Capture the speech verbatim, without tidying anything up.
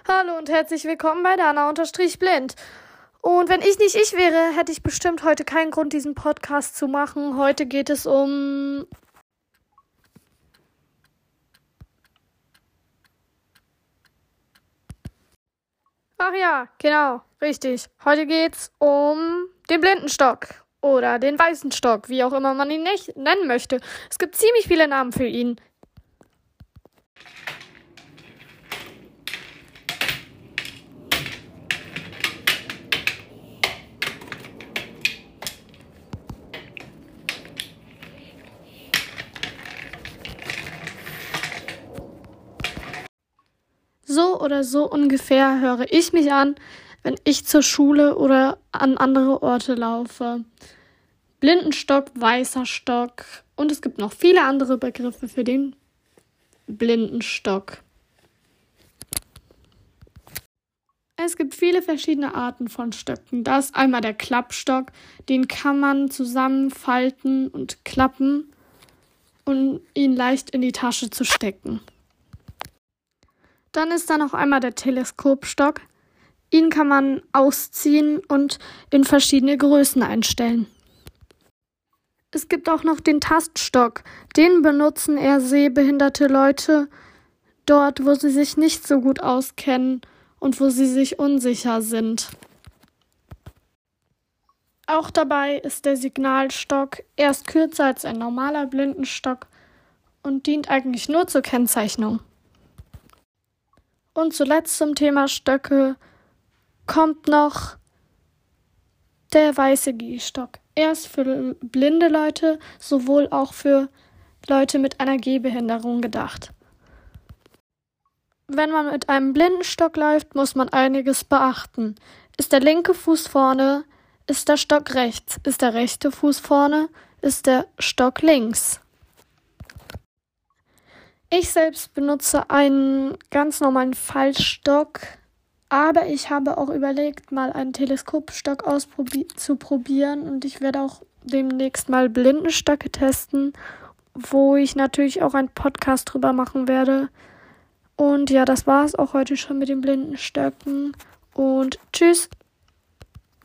Hallo und herzlich willkommen bei Dana-Blind. Und wenn ich nicht ich wäre, hätte ich bestimmt heute keinen Grund, diesen Podcast zu machen. Heute geht es um... Ach ja, genau, richtig. Heute geht's um den Blindenstock oder den weißen Stock, wie auch immer man ihn nicht nennen möchte. Es gibt ziemlich viele Namen für ihn. So oder so ungefähr höre ich mich an, wenn ich zur Schule oder an andere Orte laufe. Blindenstock, weißer Stock und es gibt noch viele andere Begriffe für den Blindenstock. Es gibt viele verschiedene Arten von Stöcken. Da ist einmal der Klappstock, den kann man zusammenfalten und klappen, um ihn leicht in die Tasche zu stecken. Dann ist da noch einmal der Teleskopstock. Ihn kann man ausziehen und in verschiedene Größen einstellen. Es gibt auch noch den Taststock. Den benutzen eher sehbehinderte Leute dort, wo sie sich nicht so gut auskennen und wo sie sich unsicher sind. Auch dabei ist der Signalstock. Er ist kürzer als ein normaler Blindenstock und dient eigentlich nur zur Kennzeichnung. Und zuletzt zum Thema Stöcke kommt noch der weiße Gehstock. Er ist für blinde Leute, sowohl auch für Leute mit einer Gehbehinderung gedacht. Wenn man mit einem Blindenstock läuft, muss man einiges beachten. Ist der linke Fuß vorne, ist der Stock rechts. Ist der rechte Fuß vorne, ist der Stock links. Ich selbst benutze einen ganz normalen Faltstock, aber ich habe auch überlegt, mal einen Teleskopstock auszuprobieren und ich werde auch demnächst mal Blindenstöcke testen, wo ich natürlich auch einen Podcast drüber machen werde. Und ja, das war es auch heute schon mit den Blindenstöcken und tschüss!